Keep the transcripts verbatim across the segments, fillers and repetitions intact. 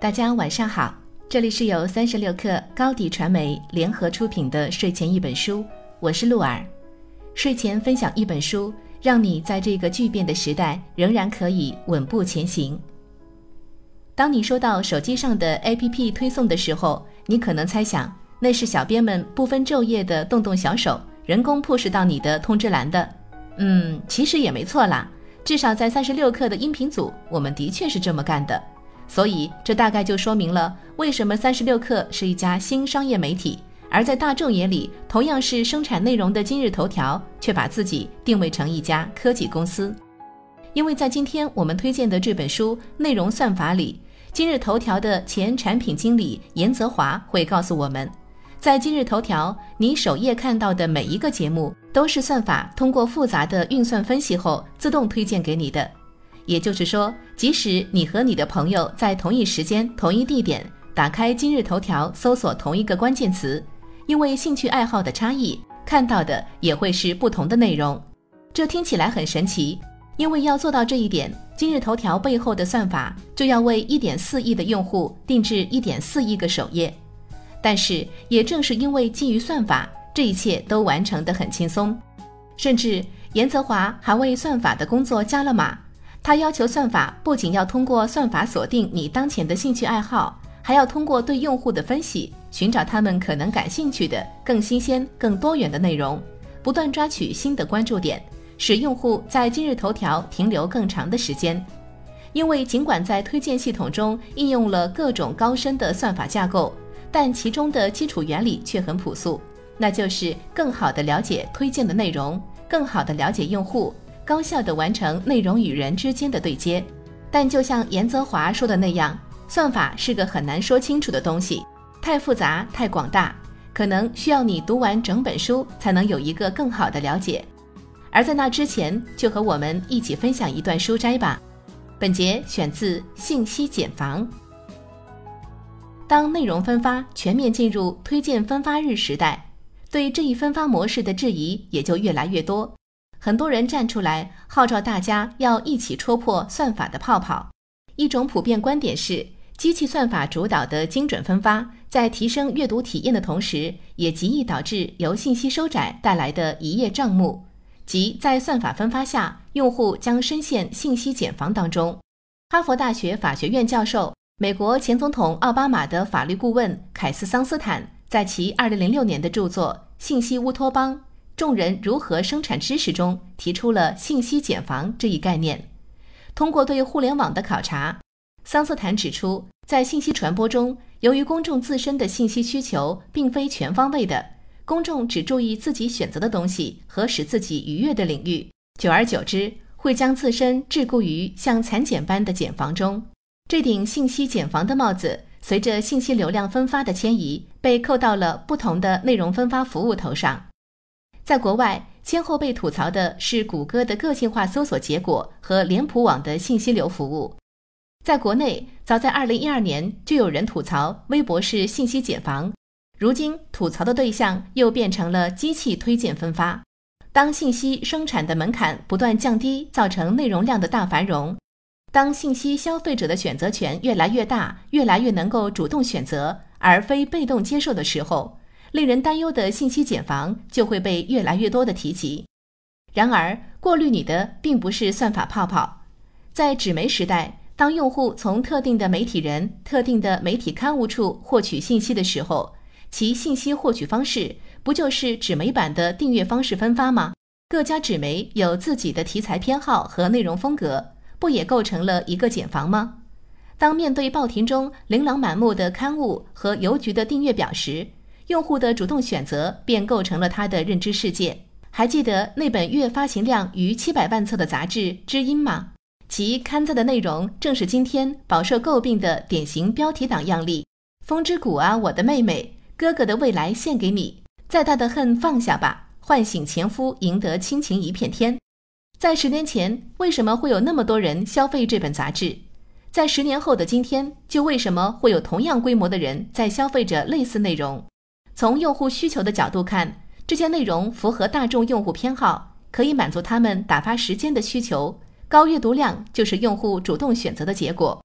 大家晚上好，这里是由三十六氪高迪传媒联合出品的睡前一本书，我是陆儿。睡前分享一本书，让你在这个巨变的时代仍然可以稳步前行。当你收到手机上的 A P P 推送的时候，你可能猜想那是小编们不分昼夜的动动小手，人工 push 到你的通知栏的。嗯，其实也没错啦，至少在三十六氪的音频组，我们的确是这么干的。所以这大概就说明了为什么三十六氪是一家新商业媒体，而在大众眼里同样是生产内容的今日头条却把自己定位成一家科技公司。因为在今天我们推荐的这本书《内容算法》里，今日头条的前产品经理严泽华会告诉我们，在今日头条你首页看到的每一个节目都是算法通过复杂的运算分析后自动推荐给你的。也就是说，即使你和你的朋友在同一时间同一地点打开今日头条搜索同一个关键词，因为兴趣爱好的差异，看到的也会是不同的内容。这听起来很神奇，因为要做到这一点，今日头条背后的算法就要为 一点四亿的用户定制 一点四亿个首页。但是也正是因为基于算法，这一切都完成得很轻松。甚至严泽华还为算法的工作加了码，他要求算法不仅要通过算法锁定你当前的兴趣爱好，还要通过对用户的分析，寻找他们可能感兴趣的更新鲜、更多元的内容，不断抓取新的关注点，使用户在今日头条停留更长的时间。因为尽管在推荐系统中应用了各种高深的算法架构，但其中的基础原理却很朴素，那就是更好地了解推荐的内容，更好地了解用户，高效地完成内容与人之间的对接。但就像严泽华说的那样，算法是个很难说清楚的东西，太复杂太广大，可能需要你读完整本书才能有一个更好的了解。而在那之前，就和我们一起分享一段书摘吧。本节选自《信息茧房》。当内容分发全面进入推荐分发日时代，对这一分发模式的质疑也就越来越多。很多人站出来号召大家要一起戳破算法的泡泡。一种普遍观点是，机器算法主导的精准分发在提升阅读体验的同时，也极易导致由信息收窄带来的一叶障目，即在算法分发下，用户将深陷信息茧房当中。哈佛大学法学院教授、美国前总统奥巴马的法律顾问凯斯桑斯坦在其二零零六年的著作《信息乌托邦：众人如何生产知识》中提出了信息茧房这一概念。通过对互联网的考察，桑斯坦指出，在信息传播中，由于公众自身的信息需求并非全方位的，公众只注意自己选择的东西和使自己愉悦的领域，久而久之会将自身桎梏于像蚕茧般的茧房中。这顶信息茧房的帽子随着信息流量分发的迁移，被扣到了不同的内容分发服务头上。在国外，先后被吐槽的是谷歌的个性化搜索结果和脸谱网的信息流服务。在国内，早在二零一二年就有人吐槽微博是信息茧房，如今吐槽的对象又变成了机器推荐分发。当信息生产的门槛不断降低，造成内容量的大繁荣，当信息消费者的选择权越来越大，越来越能够主动选择而非被动接受的时候，令人担忧的信息茧房就会被越来越多的提及。然而，过滤你的并不是算法泡泡。在纸媒时代，当用户从特定的媒体人、特定的媒体刊物处获取信息的时候，其信息获取方式不就是纸媒版的订阅方式分发吗？各家纸媒有自己的题材偏好和内容风格，不也构成了一个茧房吗？当面对报亭中琳琅满目的刊物和邮局的订阅表时，用户的主动选择便构成了他的认知世界。还记得那本月发行量逾七百万册的杂志《知音》吗？其刊载的内容正是今天饱受诟病的典型标题党样例：风之谷啊，我的妹妹，哥哥的未来献给你，再大的恨放下吧，唤醒前夫，赢得亲情一片天。在十年前，为什么会有那么多人消费这本杂志？在十年后的今天，就为什么会有同样规模的人在消费着类似内容？从用户需求的角度看，这些内容符合大众用户偏好，可以满足他们打发时间的需求，高阅读量就是用户主动选择的结果。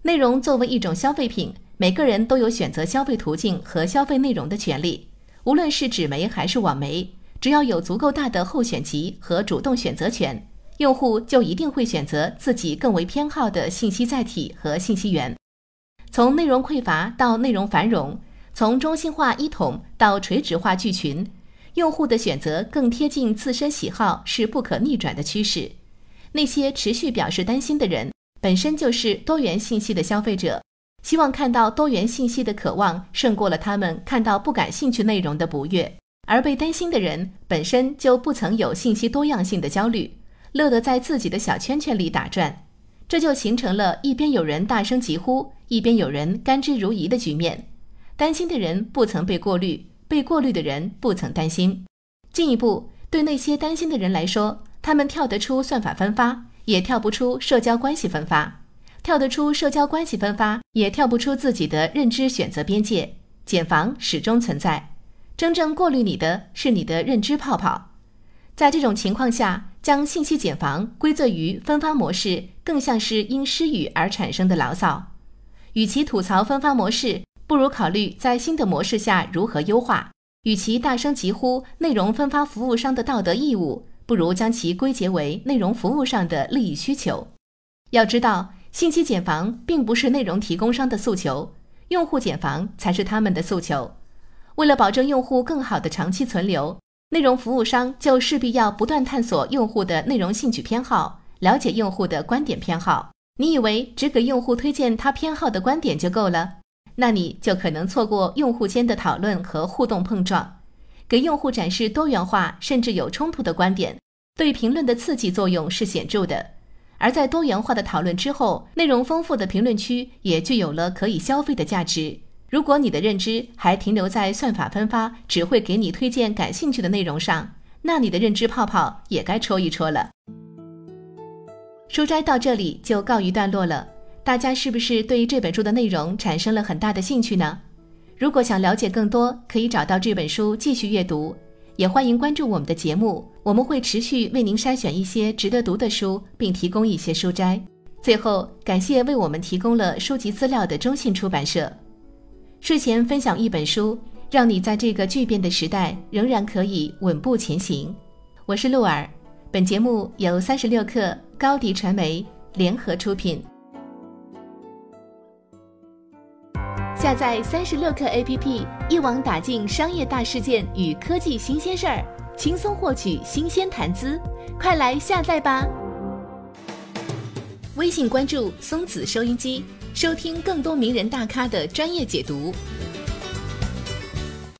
内容作为一种消费品，每个人都有选择消费途径和消费内容的权利。无论是纸媒还是网媒，只要有足够大的候选集和主动选择权，用户就一定会选择自己更为偏好的信息载体和信息源。从内容匮乏到内容繁荣，从中心化一统到垂直化聚群，用户的选择更贴近自身喜好是不可逆转的趋势。那些持续表示担心的人，本身就是多元信息的消费者，希望看到多元信息的渴望胜过了他们看到不感兴趣内容的不悦。而被担心的人本身就不曾有信息多样性的焦虑，乐得在自己的小圈圈里打转，这就形成了一边有人大声疾呼，一边有人甘之如饴的局面。担心的人不曾被过滤，被过滤的人不曾担心。进一步，对那些担心的人来说，他们跳得出算法分发，也跳不出社交关系分发；跳得出社交关系分发，也跳不出自己的认知选择边界。茧房始终存在，真正过滤你的是你的认知泡泡。在这种情况下，将信息茧房归罪于分发模式，更像是因失语而产生的牢骚。与其吐槽分发模式，不如考虑在新的模式下如何优化。与其大声疾呼内容分发服务商的道德义务，不如将其归结为内容服务上的利益需求。要知道，信息茧房并不是内容提供商的诉求，用户茧房才是他们的诉求。为了保证用户更好的长期存留，内容服务商就势必要不断探索用户的内容兴趣偏好，了解用户的观点偏好。你以为只给用户推荐他偏好的观点就够了？那你就可能错过用户间的讨论和互动碰撞。给用户展示多元化甚至有冲突的观点，对评论的刺激作用是显著的。而在多元化的讨论之后，内容丰富的评论区也具有了可以消费的价值。如果你的认知还停留在算法分发只会给你推荐感兴趣的内容上，那你的认知泡泡也该戳一戳了。书摘到这里就告一段落了，大家是不是对这本书的内容产生了很大的兴趣呢？如果想了解更多，可以找到这本书继续阅读，也欢迎关注我们的节目，我们会持续为您筛选一些值得读的书，并提供一些书摘。最后，感谢为我们提供了书籍资料的中信出版社。睡前分享一本书，让你在这个巨变的时代仍然可以稳步前行。我是陆儿，本节目由三十六课高迪传媒联合出品。下载三十六课 A P P， 一网打尽商业大事件与科技新鲜事儿，轻松获取新鲜谈资，快来下载吧！微信关注松子收音机，收听更多名人大咖的专业解读。